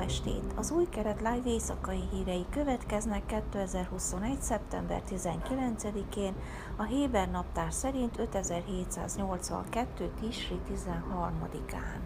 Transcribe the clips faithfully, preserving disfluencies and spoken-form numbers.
estét! Az Új Kelet Live éjszakai hírei következnek kétezer-huszonegy. szeptember tizenkilencedikén, a Héber naptár szerint ötezer-hétszáznyolcvankettő. Tisri tizenharmadikán.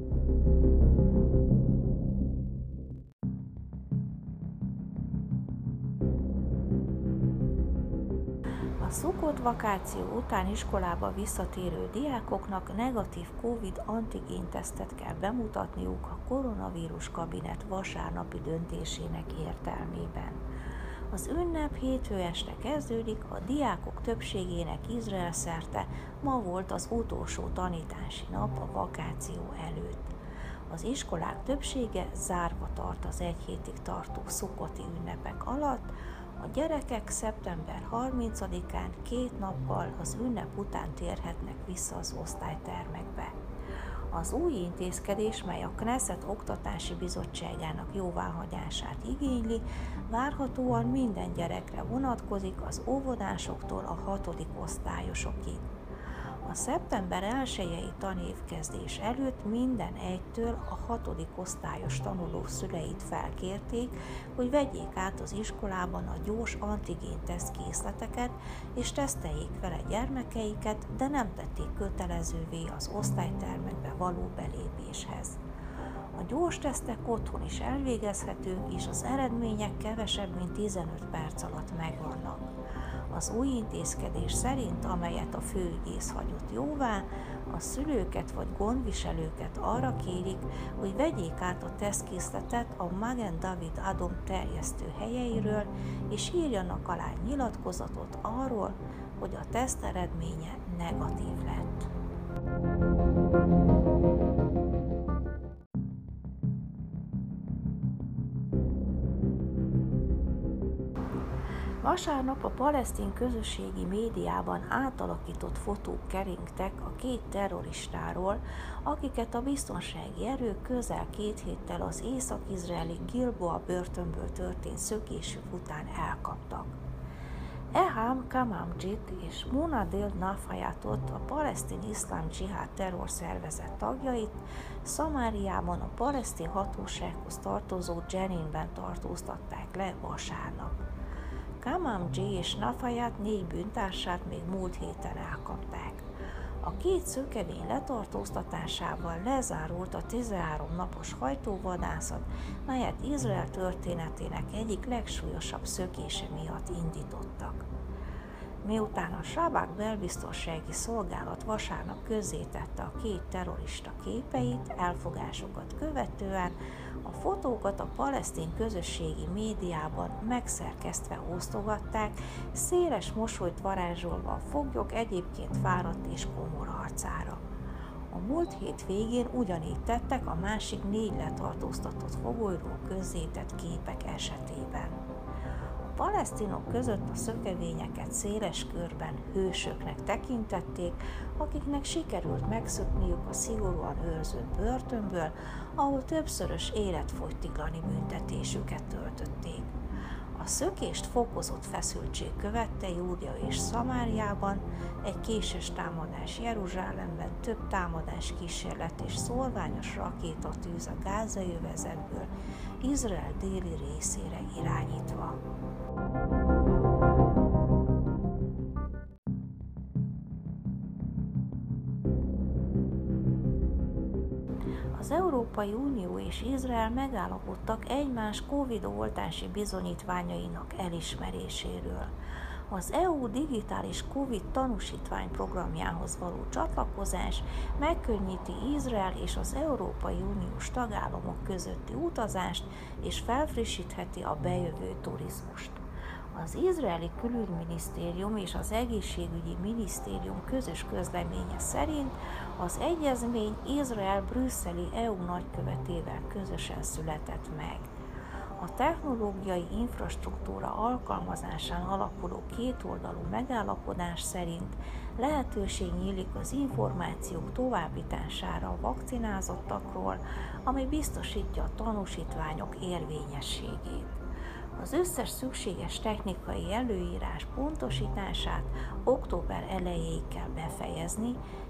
A Szukot vakáció után iskolába visszatérő diákoknak negatív Covid antigén-tesztet kell bemutatniuk a koronavírus kabinet vasárnapi döntésének értelmében. Az ünnep hétfő este kezdődik, a diákok többségének Izrael szerte ma volt az utolsó tanítási nap a vakáció előtt. Az iskolák többsége zárva tart az egy hétig tartó szukoti ünnepek alatt, a gyerekek szeptember harmincadikán két nappal az ünnep után térhetnek vissza az osztálytermekbe. Az új intézkedés, mely a Knesset Oktatási Bizottságának jóváhagyását igényli, várhatóan minden gyerekre vonatkozik, az óvodásoktól a hatodik osztályosokig. A szeptember elsejei tanévkezdés előtt minden egytől a hatodik osztályos tanulók szüleit felkérték, hogy vegyék át az iskolában a gyors antigén-teszt készleteket, és teszteljék vele gyermekeiket, de nem tették kötelezővé az osztálytermekbe való belépéshez. A gyors tesztek otthon is elvégezhetők, és az eredmények kevesebb, mint tizenöt perc alatt megvannak. Az új intézkedés szerint, amelyet a főügyész hagyott jóvá, a szülőket vagy gondviselőket arra kérik, hogy vegyék át a tesztkészletet a Magen David Adom terjesztő helyeiről, és írjanak alá nyilatkozatot arról, hogy a teszt eredménye negatív lett. Vasárnap a palesztin közösségi médiában átalakított fotók keringtek a két terroristáról, akiket a biztonsági erők közel két héttel az észak-izraeli Gilboa börtönből történt szökésük után elkaptak. Eham Kamamdzsit és Munadil Nafayatot, a palesztin iszlám dzsihád terrorszervezet tagjait Szamáriában a palesztin hatósághoz tartozó Jeninben tartóztatták le vasárnap. Kamamdzsi és Nafayat négy bűntársát még múlt héten elkapták. A két szökevény letartóztatásával lezárult a tizenhárom napos hajtóvadászat, melyet Izrael történetének egyik legsúlyosabb szökése miatt indítottak. Miután a Sábák belbiztonsági szolgálat vasárnap közzétette a két terrorista képeit, elfogásukat követően a fotókat a palesztin közösségi médiában megszerkesztve osztogatták, széles mosolyt varázsolva a foglyok egyébként fáradt és komor arcára. A múlt hét végén ugyanígy tettek a másik négy letartóztatott fogolyról közzétett képek esetében. A palesztinok között a szökevényeket széles körben hősöknek tekintették, akiknek sikerült megszökniük a szigorúan őrzött börtönből, ahol többszörös életfogytiglani büntetésüket töltötték. A szökést fokozott feszültség követte Júdea és Szamáriában, egy késes támadás Jeruzsálemben, több támadás kísérlet és szórványos rakétatűz a gázai övezetből Izrael déli részére irányítva. Az Európai Unió és Izrael megállapodtak egymás Covid-oltási bizonyítványainak elismeréséről. Az é u digitális Covid tanúsítvány programjához való csatlakozás megkönnyíti Izrael és az Európai Uniós tagállamok közötti utazást és felfrissítheti a bejövő turizmust. Az izraeli külügyminisztérium és az egészségügyi minisztérium közös közleménye szerint az egyezmény Izrael brüsszeli é u nagykövetével közösen született meg. A technológiai infrastruktúra alkalmazásán alapuló kétoldalú megállapodás szerint lehetőség nyílik az információk továbbítására a vakcinázottakról, ami biztosítja a tanúsítványok érvényességét. Az összes szükséges technikai előírás pontosítását október elejéig kell befejezni,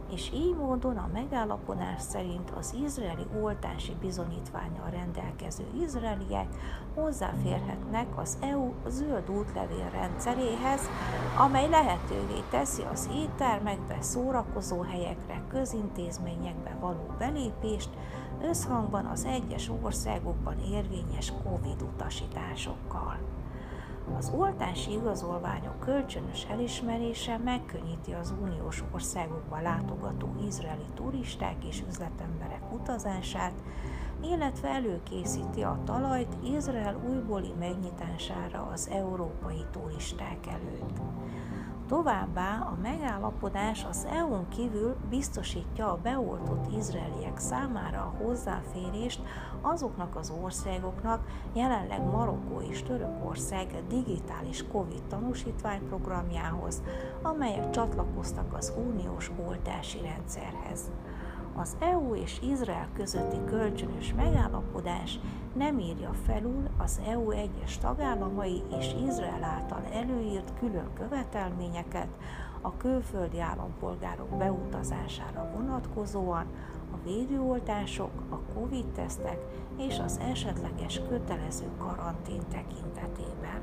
és így módon a megállapodás szerint az izraeli oltási bizonyítvánnyal rendelkező izraeliek hozzáférhetnek az é u zöld útlevél rendszeréhez, amely lehetővé teszi az éttermekbe, szórakozó helyekre, közintézményekbe való belépést összhangban az egyes országokban érvényes Covid utasításokkal. Az oltási igazolványok kölcsönös elismerése megkönnyíti az uniós országokba látogató izraeli turisták és üzletemberek utazását, illetve előkészíti a talajt Izrael újbóli megnyitására az európai turisták előtt. Továbbá a megállapodás az é u-n kívül biztosítja a beoltott izraeliek számára a hozzáférést azoknak az országoknak, jelenleg Marokkó és Törökország digitális Covid tanúsítványprogramjához, amelyek csatlakoztak az uniós oltási rendszerhez. Az é u és Izrael közötti kölcsönös megállapodás nem írja felül az é u egyes tagállamai és Izrael által előírt külön követelményeket a külföldi állampolgárok beutazására vonatkozóan, a védőoltások, a Covid-tesztek és az esetleges kötelező karantén tekintetében.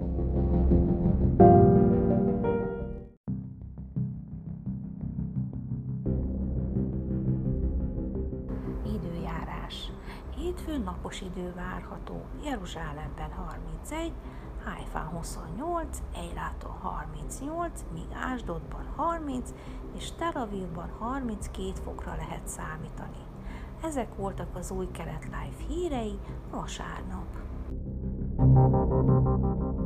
Időjárás. Hétfőn napos idő várható, Jeruzsálemben harmincegy, Haifán huszonnyolc, Eiláton harmincnyolc, míg Ásdodban harminc és Tel Avivban harminckét fokra lehet számítani. Ezek voltak az Új Kelet Live hírei vasárnap.